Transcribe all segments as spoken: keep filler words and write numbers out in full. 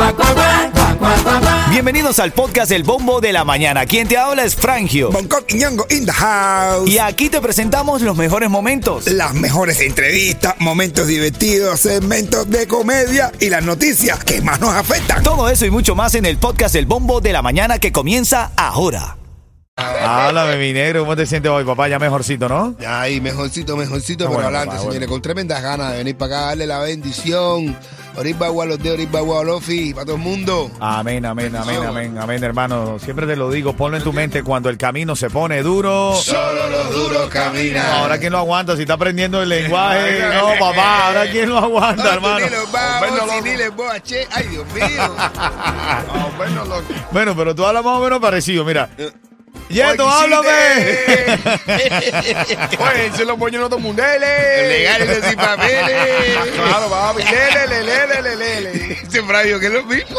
Bienvenidos al podcast El Bombo de la Mañana. Quien te habla es Frangio. Bangkok y Ñongo in the house. Y aquí te presentamos los mejores momentos. Las mejores entrevistas, momentos divertidos, segmentos de comedia y las noticias que más nos afectan. Todo eso y mucho más en el podcast El Bombo de la Mañana que comienza ahora. Háblame, mi negro, ¿cómo te sientes hoy, papá? Ya mejorcito, ¿no? Ay, mejorcito, mejorcito, Ah, pero bueno, adelante, papá, señores, bueno. con tremendas ganas de venir para acá, darle la bendición. Ahorita va a los dedos, ahorita va a Lofi, para todo el mundo. Amén, amén, amén, amén, amén, hermano. Siempre te lo digo, ponlo en tu mente, cuando el camino se pone duro. Solo los duros caminan. Ahora, ¿quién lo aguanta? Si está aprendiendo el lenguaje. No, papá, ahora ¿quién lo aguanta, hermano? Ni los vamos, si ni les voy a che. Ay, Dios mío. Bueno, pero tú hablas más o menos parecido, mira. Yeto, Oye, háblame. Oye, se lo ponen otros mundeles. Legales y sin papeles. Claro, papi. Lele, lele, lele, lele. Ese Flavio, que es lo mismo.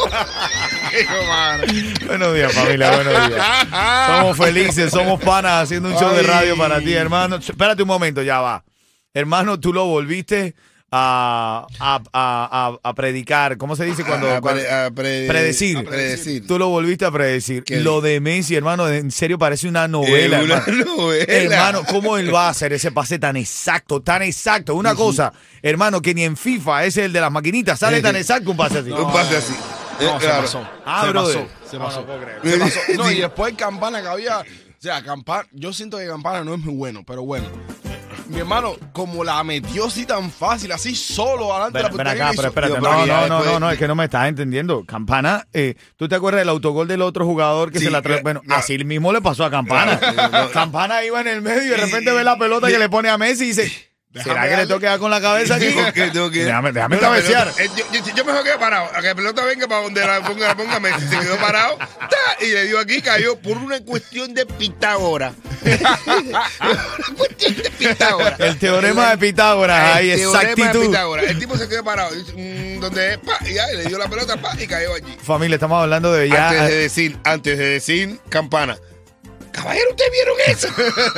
Buenos días, familia, buenos días. Somos felices, somos panas haciendo un show de radio para ti, hermano. Espérate un momento, ya va. Hermano, tú lo volviste a, a, a, a, a predicar. ¿Cómo se dice cuando? A, cuando- pre- a pre- predecir. a predecir. Tú lo volviste a predecir. ¿Qué? Lo de Messi, hermano, en serio parece una novela. Es una hermano. novela. Hermano, ¿cómo él va a hacer ese pase tan exacto, tan exacto? Una cosa, hermano, que ni en FIFA, ese es el de las maquinitas, sale tan exacto un pase así. Un pase así. No, Eh, se claro. pasó. Ah, se brother. pasó. Se pasó. No, no puedo creer. Se pasó. No, y Sí. después Campana que había. O sea, Campana. Yo siento que Campana no es muy bueno, pero bueno. Mi hermano, como la metió así tan fácil, así solo adelante de Ven, la ven portería. acá, hizo- pero espérate. Yo, No, pero ya no, no, después- no, no, es que no me estás entendiendo. Campana, eh, ¿tú te acuerdas del autogol del otro jugador que Sí, se la trae? eh, Bueno, no. así mismo le pasó a Campana. No, no, no. Campana iba en el medio y de repente ve la pelota que le pone a Messi y dice, ¿será que le darle. tengo que dar con la cabeza aquí? Tengo que- tengo que- Déjame, déjame No, la cabecear. pelota- eh, yo, yo, yo mejor quedé parado. A que la pelota venga para donde la ponga, la ponga Messi. Se quedó parado ¡ta! Y le dio aquí, cayó por una cuestión de Pitágoras. Una cuestión de Pitágoras. El teorema de Pitágoras, ahí, El teorema de exactitud. Pitágoras. El tipo se quedó parado. Dice, mm, donde es, pa, y ya, y le dio la pelota, pa, y cayó allí. Familia, estamos hablando de ya. Antes de decir, antes de decir, Campana. Caballero, ¿ustedes vieron eso?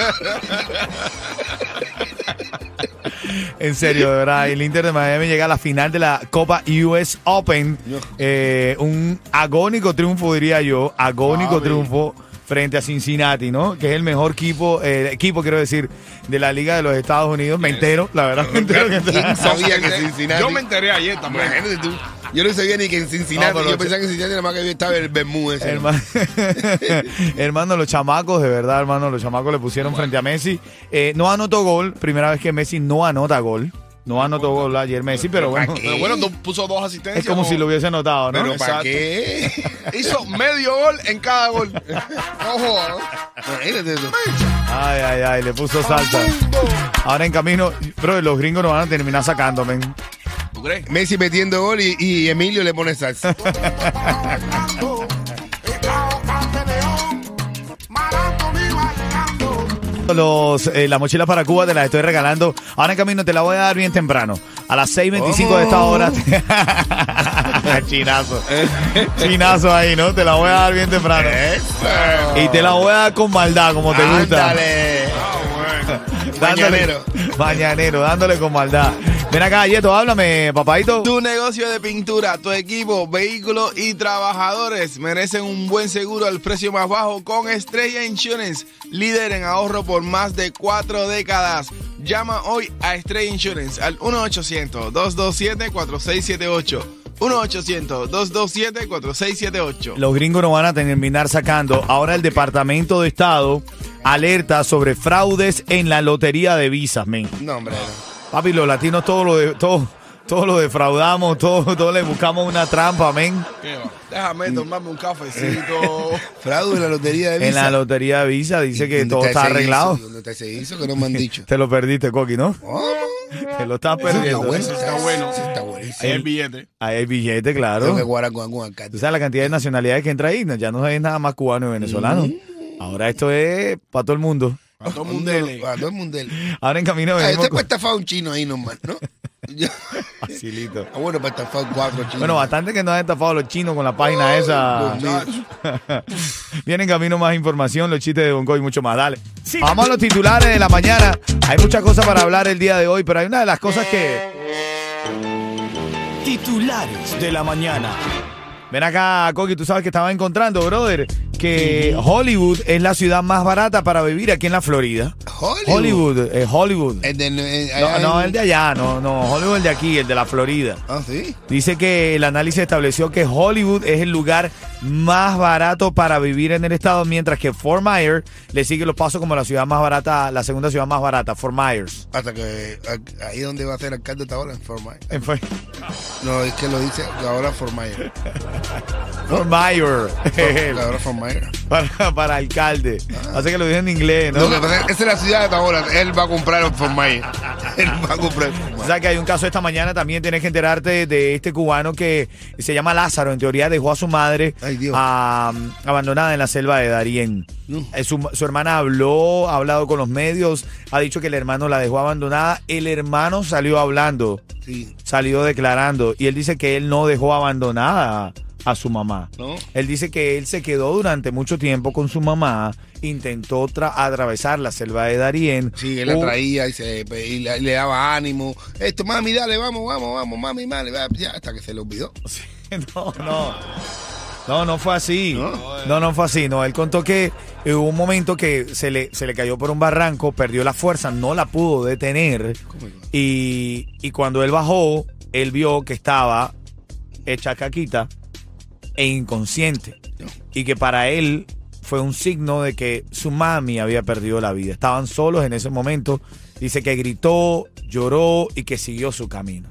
En serio, de verdad, el Inter de Miami llega a la final de la Copa U S Open. Eh, un agónico triunfo, diría yo, agónico Papi. triunfo frente a Cincinnati, ¿no? Que es el mejor equipo, eh, equipo, quiero decir, de la Liga de los Estados Unidos. Me entero, la verdad, me entero que ¿Quién sabía que Cincinnati? Yo me enteré ayer también. Imagínate tú. Yo no sabía ni que en Cincinnati. No, pero- yo pensaba que en Cincinnati nada más que estaba el Bermú ese. Hermano, hermano, los chamacos, de verdad, hermano, los chamacos le pusieron frente a Messi. Eh, no anotó gol, primera vez que Messi no anota gol. No anotó gol ayer Messi, pero bueno, ¿Para qué? Pero bueno, do- puso dos asistencias. es como ¿no? si lo hubiese anotado, ¿no? Pero ¿para Exacto. qué? Hizo medio gol en cada gol. No jodas, ¿no? Imagínate eso. Ay, ay, ay, le puso salsa. Ahora en camino, bro, los gringos nos van a terminar sacando, men. ¿Tú crees? Messi metiendo gol y, y Emilio le pone salsa. Los, eh, la mochila para Cuba te la estoy regalando. Ahora en camino te la voy a dar bien temprano. A las seis veinticinco de esta hora. Chinazo. Chinazo ahí, ¿no? Te la voy a dar bien temprano. Y te la voy a dar con maldad, como te gusta. Ándale. Dándole- Mañanero. Mañanero, dándole con maldad. Ven acá, Yeto, háblame, papadito. Tu negocio de pintura, tu equipo, vehículos y trabajadores merecen un buen seguro al precio más bajo con Estrella Insurance, líder en ahorro por más de cuatro décadas. Llama hoy a Estrella Insurance al uno ochocientos, dos dos siete, cuatro seis siete ocho. uno ochocientos, dos dos siete, cuatro seis siete ocho. Los gringos nos van a terminar sacando. Ahora el Departamento de Estado alerta sobre fraudes en la lotería de visas, men. No, hombre. Papi, los latinos todo lo de, todo, todo lo defraudamos, todo, todo le buscamos una trampa, men. ¿Qué va? Déjame tomarme un cafecito. Fraude en la lotería de Visa. En la lotería de visa dice que ¿Dónde todo está ese arreglado. guiso? ¿Dónde está ese guiso que no me han dicho? Te lo perdiste, Coqui, ¿no? Oh, Te lo estás está perdiendo. bueno, ¿no? Está bueno. sí, está buenísimo. Ahí el billete. Ahí hay billete, Tengo que claro. guardar con algún alcalde. Tú sabes la cantidad de nacionalidades que entra ahí. No, ya no es nada más cubano y venezolano. Ahora esto es para todo el mundo. A todo el mundo. A todo el mundo. Ahora en camino Ah, venimos este con... puede estafar un chino ahí nomás, ¿no? Yo- Facilito. Ah, bueno, para estafar cuatro chinos. Bueno, bastante que nos han estafado los chinos con la página esa. Dios mío. Viene en camino más información, los chistes de Bongo y mucho más. Dale. Vamos a los titulares de la mañana. Hay muchas cosas para hablar el día de hoy, pero hay una de las cosas que... Titulares de la mañana. Ven acá, Coqui, tú sabes que estaba encontrando, brother, que Hollywood es la ciudad más barata para vivir aquí en la Florida. Hollywood. Hollywood, eh, Hollywood. El de, eh, No, allá no, en- el de allá, no, no, Hollywood el de aquí, el de la Florida. Ah, sí. Dice que el análisis estableció que Hollywood es el lugar más barato para vivir en el estado, mientras que Fort Myers le sigue los pasos como la ciudad más barata, la segunda ciudad más barata, Fort Myers. Hasta que a- ahí donde va a ser alcalde hasta ahora, en Fort Myers. Eh, fue- No, es que lo dice ahora Fort Myers. Fort Myers. Ahora Fort Myers. para, para alcalde. Hace que lo dije en inglés, ¿no? Lo que pasa es que esa es la ciudad de Tabora. Él va a comprar el Fort Myers. Él va a comprar el Fort O Myers. sea que hay un caso esta mañana, también tienes que enterarte de este cubano que se llama Lázaro. En teoría dejó a su madre Ay, Dios. ah, abandonada en la selva de Darién. No. Eh, Su, su hermana habló, ha hablado con los medios, ha dicho que el hermano la dejó abandonada. El hermano salió hablando, Sí. salió declarando, y él dice que él no dejó abandonada a su mamá. ¿No? Él dice que él se quedó durante mucho tiempo con su mamá, intentó tra- atravesar la selva de Darién. Sí, él la Uh, traía y, se, y le, le daba ánimo. Esto, mami, dale, vamos, vamos, vamos, mami, mami, va, ya, hasta que se le olvidó. Sí, no, no. No, no fue así. ¿No? No, no fue así. No, él contó que hubo un momento que se le, se le cayó por un barranco, perdió la fuerza, no la pudo detener. Y, y cuando él bajó, él vio que estaba hecha caquita e inconsciente. Y que para él fue un signo de que su mami había perdido la vida. Estaban solos en ese momento. Dice que gritó, lloró y que siguió su camino.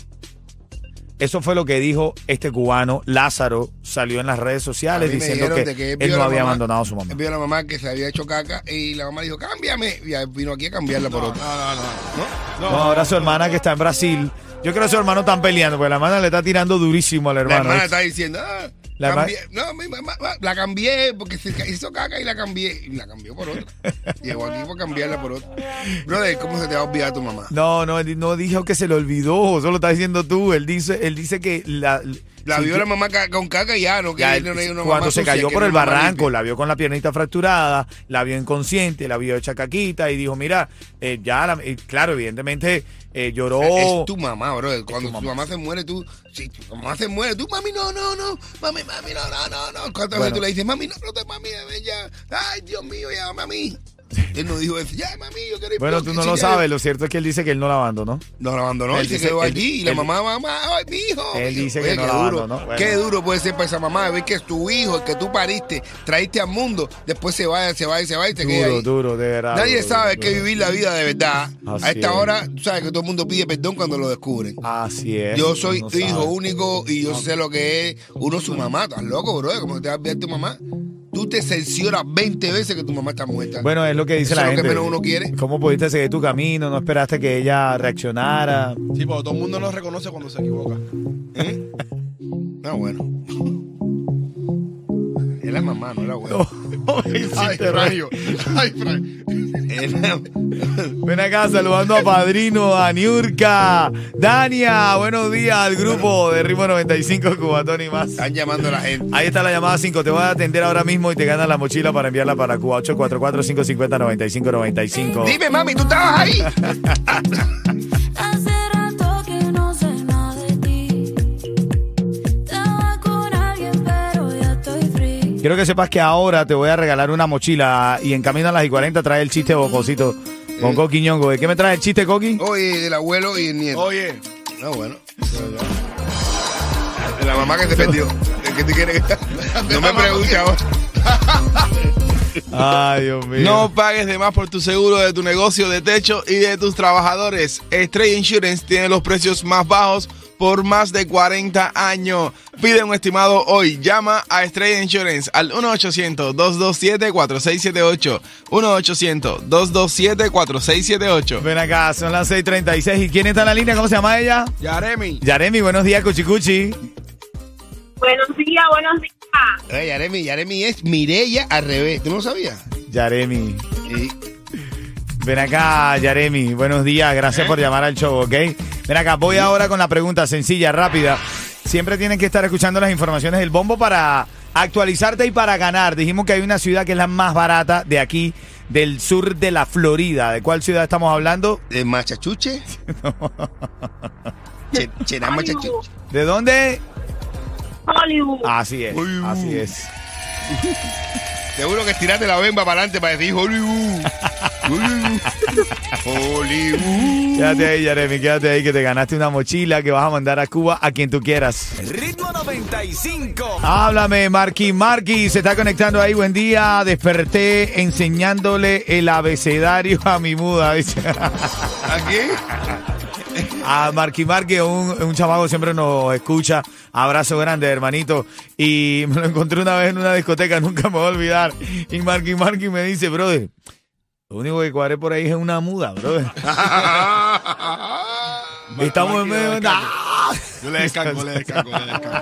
Eso fue lo que dijo este cubano. Lázaro salió en las redes sociales A mí me diciendo dijeron que, de que él vio no a la había mamá- abandonado a su mamá. Él vio a la mamá que se había hecho caca y la mamá dijo, cámbiame. Y él vino aquí a cambiarla por otra. No, no, no. ¿No? No, ahora su hermana que está en Brasil. Yo creo que su hermano están peleando, porque la hermana le está tirando durísimo al La hermano. hermana está diciendo, ah, La cambié. No, mi mamá, la cambié porque se hizo caca y la cambié. Y la cambió por otra. Llegó aquí por cambiarla por otra. Brother, ¿cómo se te va a olvidar tu mamá? No, no, él no dijo que se le olvidó, eso lo estás diciendo tú. Él dice, él dice que la, La sí, vio que- la mamá ca- con caca y ya, no que ya, no era una cuando mamá se sucia, cayó que por era el una mamá barranco, limpia. la vio con la piernita fracturada, la vio inconsciente, la vio hecha caquita y dijo, mira, eh, ya, la- y claro, evidentemente eh, lloró. Es tu mamá, bro. Cuando tu tu mamá. mamá se muere, tú. Si tu mamá se muere, tú, mami, no, no, no. Mami, mami, no, no, no, no. ¿Cuántas Bueno. veces tú le dices, mami, no, no te, mami, ven ya. Ay, Dios mío, ya, mami. Él no dijo eso. Ya, mami, yo quiero ir. Bueno, yo- tú no sí, lo ya- sabes, lo cierto es que él dice que él no la abandonó. No la abandonó Él y se dice- quedó él- allí. Y la él- mamá, mamá, ay, mi hijo. Él mi hijo. dice Oye, que no qué la duro. abandonó. Bueno. Qué duro puede ser para esa mamá ver que tu hijo, el que tú pariste, traíste al mundo, después se vaya, se vaya, se vaya y te queda Duro, ahí. duro, de verdad. Nadie duro, sabe duro, qué duro. vivir la vida de verdad. Así A esta es. hora, tú sabes que todo el mundo pide perdón cuando lo descubren. Así es. Yo soy uno tu hijo sabe. único y yo sé lo que es uno su mamá. ¿Estás loco, bro? ¿Cómo te va a ver tu mamá? Tú te cercioras veinte veces que tu mamá está muerta. Bueno, es lo que dice Eso la es lo que gente. menos uno quiere. ¿Cómo pudiste seguir tu camino? ¿No esperaste que ella reaccionara? Sí, porque todo el mundo nos reconoce cuando se equivoca. ¿Eh? Ah, bueno. Es la mamá, no la abuela. Ay, Franjo. Ay, Franjo. Es la- Ven acá saludando a Padrino, a Niurka, Dania, buenos días al grupo de Ritmo noventa y cinco, Cubatón y más. Están llamando a la gente. Ahí está la llamada cinco, te voy a atender ahora mismo y te ganas la mochila para enviarla para Cuba, ocho cuatro cuatro, cinco cinco cero, nueve cinco nueve cinco. Dime, mami, ¿tú estabas ahí? Hace rato que no sé nada de ti. Estaba con alguien, pero ya estoy free. Quiero que sepas que ahora te voy a regalar una mochila y en camino a las y cuarenta trae el chiste bocosito con Coqui Ñongo. ¿De qué me trae el chiste, Coqui? Oye, del abuelo y el nieto. Oye, Ah, bueno. La mamá que se perdió. ¿Qué te quiere que No me preguntes ahora. Ay, Dios mío. no pagues de más por tu seguro de tu negocio de techo y de tus trabajadores. Estrella Insurance tiene los precios más bajos por más de cuarenta años. Pide un estimado hoy. Llama a Estrella Insurance al uno ochocientos, dos dos siete, cuatro seis siete ocho. uno ochocientos, dos dos siete, cuatro seis siete ocho. Ven acá, son las seis treinta y seis. ¿Y quién está en la línea? ¿Cómo se llama ella? Yaremi. Yaremi, buenos días, Cuchicuchi. Buenos días, buenos días. Oye, Yaremi, Yaremi es Mireya al revés. ¿Tú no lo sabías? Yaremi. Sí. Ven acá, Yaremi. Buenos días, gracias por llamar al show, ¿ok? Ven acá, voy ahora con la pregunta sencilla, rápida. Siempre tienen que estar escuchando las informaciones del bombo para actualizarte y para ganar. Dijimos que hay una ciudad que es la más barata de aquí, del sur de la Florida. ¿De cuál ciudad estamos hablando? ¿De Machachuche? Che- Cherán Machachuche. ¿De dónde? Hollywood. Así es, Hollywood. así es. Seguro que estiraste la bemba para adelante para decir Hollywood. Hollywood. Hollywood. Quédate ahí, Jeremy, quédate ahí que te ganaste una mochila que vas a mandar a Cuba a quien tú quieras. Ritmo noventa y cinco. Háblame, Marky. Marky se está conectando ahí. Buen día. Desperté enseñándole el abecedario a mi muda. ¿Viste? ¿A quién? A Marky Marky, un, un chamaco que siempre nos escucha. Abrazo grande, hermanito. Y me lo encontré una vez en una discoteca, nunca me voy a olvidar. Y Marky Marky me dice, brother, lo único que cuadré por ahí es una muda, brother. Estamos en medio de... ¡Ah! Yo le descargo, le descargo, le descargo.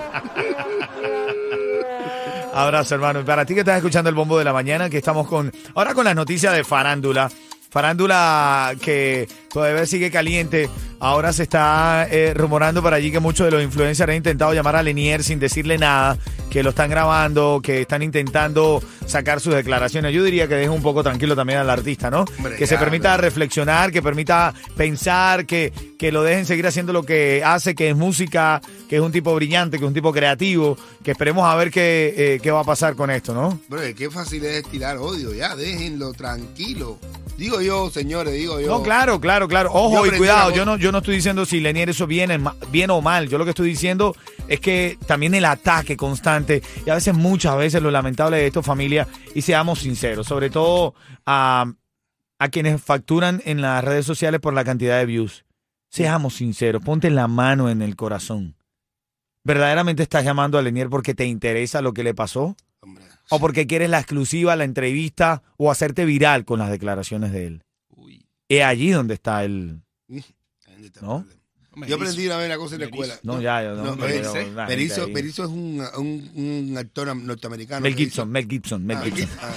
Abrazo, hermano. Para ti que estás escuchando el Bombo de la Mañana, que estamos con ahora con las noticias de farándula. Farándula que todavía sigue caliente. Ahora se está eh, rumorando por allí que muchos de los influencers han intentado llamar a Lenier sin decirle nada, que lo están grabando, que están intentando sacar sus declaraciones. Yo diría que deje un poco tranquilo también al artista, ¿no? Hombre, que se ya, permita hombre. reflexionar, que permita pensar, que, que lo dejen seguir haciendo lo que hace, que es música, que es un tipo brillante, que es un tipo creativo, que esperemos a ver qué, eh, qué va a pasar con esto, ¿no? Bro, qué fácil es tirar odio, ya, déjenlo tranquilo. Digo yo, señores, digo yo. No, claro, claro, claro. Yo Ojo y aprendí cuidado, una yo cosa. no, yo no estoy diciendo si Lenier eso viene ma- bien o mal. Yo lo que estoy diciendo es que también el ataque constante, y a veces, muchas veces, lo lamentable de esto, familia, y seamos sinceros, sobre todo a, a quienes facturan en las redes sociales por la cantidad de views. Seamos sinceros, ponte la mano en el corazón. ¿Verdaderamente estás llamando a Lenier porque te interesa lo que le pasó? Hombre, ¿O porque quieres la exclusiva, la entrevista o hacerte viral con las declaraciones de él? Uy, Es allí donde está el... ahí está el ¿No? problema. Yo aprendí una vez una cosa en la Merizo. escuela. No, ya, ya, no. No, pero Merizo, la gente Merizo, ahí- Merizo es un, un, un actor norteamericano. Mel que Gibson, hizo- Mel Gibson, Mel Ah, Gibson. ah.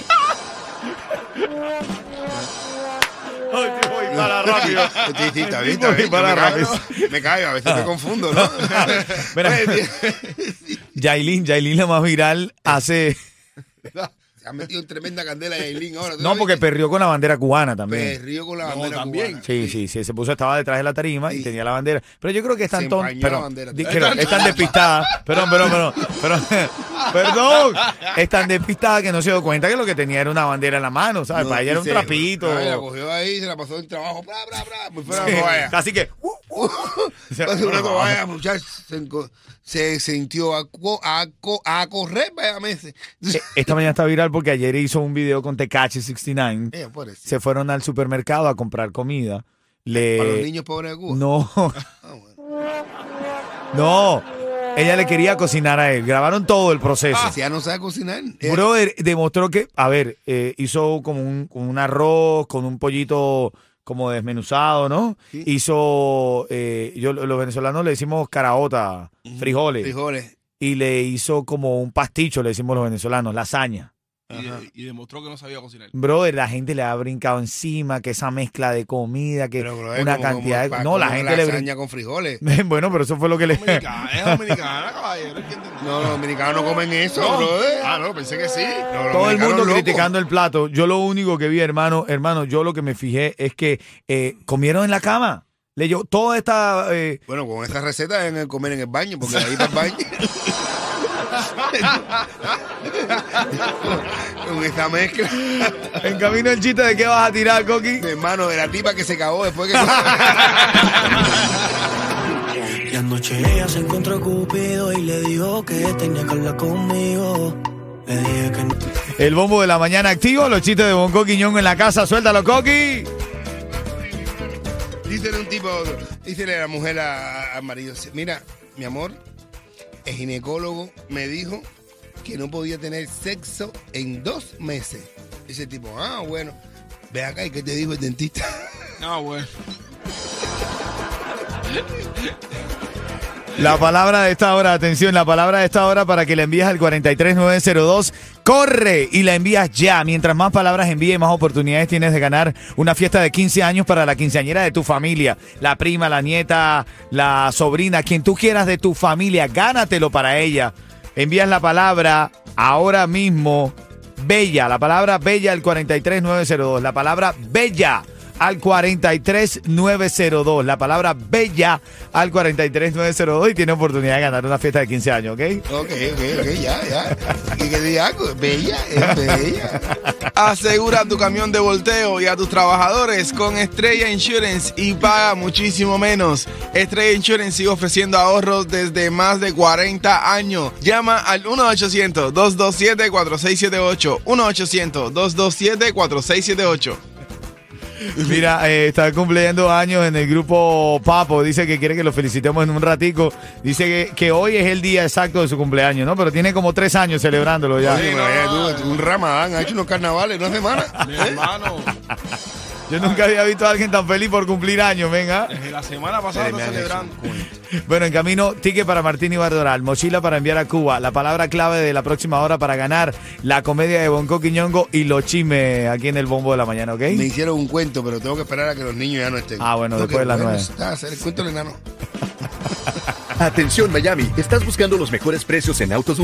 Ay, te voy para rápido. Sí, sí, está bien, Tipo está bien. dispara Yo me rápido. callo, me callo, a veces me confundo, ¿no? Mira, Yailin, Yailin la más viral hace... Se ha metido en tremenda candela Yailin ahora. ¿tú No, lo porque viste? perrió con la bandera cubana también. Perrió con la No, bandera también. cubana. Sí, sí, sí, se puso, estaba detrás de la tarima y Sí. tenía la bandera. Pero yo creo que están Se ton... empañó pero, la bandera. di- creo, están despistadas. Perdón, perdón, perdón, perdón, perdón. Están despistadas que no se dio cuenta que lo que tenía era una bandera en la mano, ¿sabes? No, Para ella era un dice, trapito. ay, la cogió ahí, se la pasó del trabajo, bla, bla, bla, muy fuera Sí, la toalla. así que... uh, uh. Pasó una toalla, muchacho, se, enco- se sintió a, co- a, co- a correr, vaya meses. Eh, Esta mañana está viral porque ayer hizo un video con Tekashi sesenta y nueve. Eh, pobrecito. Se fueron al supermercado a comprar comida. Le... Para los niños pobres de Cuba. No, Ah, bueno. no. Ella le quería cocinar a él. Grabaron todo el proceso. Si ya no sabe cocinar. eh, Brother, demostró que, a ver, eh, hizo como un, como un arroz con un pollito como desmenuzado, ¿no? Sí. Hizo, eh, yo los venezolanos le decimos caraota, frijoles. frijoles. Y le hizo como un pasticho, le decimos los venezolanos, lasaña. y, de- y demostró que no sabía cocinar. Brother, la gente le ha brincado encima, que esa mezcla de comida, que Pero, bro, es una como- cantidad como- de... No, la como gente le lasaña brinca. con frijoles. Bueno, pero eso fue lo que le... Dominicana, es dominicana, caballero. ¿Qué entendí? No, los dominicanos no comen eso, No. bro. eh. Ah, no, pensé que sí. No, los Todo el dominicanos mundo locos. criticando el plato. Yo lo único que vi, hermano, hermano, yo lo que me fijé es que eh, comieron en la cama. Leyó toda esta... eh, Bueno, con esta receta deben comer en el baño, porque ahí para el baño. Con esta mezcla. en camino el chiste de qué vas a tirar, Coqui. Mi hermano, de la tipa que se cagó después que... Y anoche ella se encontró Cupido y le dijo que tenía que hablar conmigo. Le dije que no. El bombo de la mañana activo, los chistes de Bonco Quiñón en la casa. Suéltalo, Coqui. Dícele un tipo a otro. Dícele a la mujer a- al marido. Mira, mi amor, el ginecólogo me dijo que no podía tener sexo en dos meses. Ese tipo, ah, bueno. Ve acá, ¿y qué te dijo el dentista? No, bueno. La palabra de esta hora, atención, la palabra de esta hora para que la envíes al cuatro tres nueve cero dos. Corre y la envías ya. Mientras más palabras envíes, más oportunidades tienes de ganar una fiesta de quince años para la quinceañera de tu familia. La prima, la nieta, la sobrina, quien tú quieras de tu familia. Gánatelo para ella. Envías la palabra ahora mismo. Bella, la palabra bella al cuatro tres nueve cero dos. La palabra bella al cuarenta y tres nueve cero dos. La palabra bella al cuarenta y tres nueve cero dos y tiene oportunidad de ganar una fiesta de quince años, ¿ok? Ok, ok, ok, ya, ya. ¿Y qué diga algo? Bella, es bella. Asegura tu camión de volteo y a tus trabajadores con Estrella Insurance y paga muchísimo menos. Estrella Insurance sigue ofreciendo ahorros desde más de cuarenta años. Llama al uno ochocientos, dos dos siete, cuatro seis siete ocho. uno ochocientos, dos dos siete, cuatro seis siete ocho. Mira, eh, está cumpliendo años en el grupo Papo. Dice que quiere que lo felicitemos en un ratico. Dice que, que hoy es el día exacto de su cumpleaños, ¿no? Pero tiene como tres años celebrándolo ya. Sí, Sí, no, no, eh, no, tú, tú, un ramadán, ha hecho unos carnavales, una semana. Mi hermano, Yo nunca había visto a alguien tan feliz por cumplir años, venga. desde la semana pasada Eh, me está han hecho celebrando. un cuento. Bueno, en camino, ticket para Martín y Bardoral, mochila para enviar a Cuba, la palabra clave de la próxima hora para ganar la comedia de Bonco Quiñongo y los chismes aquí en el Bombo de la Mañana, ¿ok? Me hicieron un cuento, pero tengo que esperar a que los niños ya no estén. Ah, bueno, No, después que de las bueno nueve. está, hacer el cuento del enano. Atención Miami, ¿estás buscando los mejores precios en autos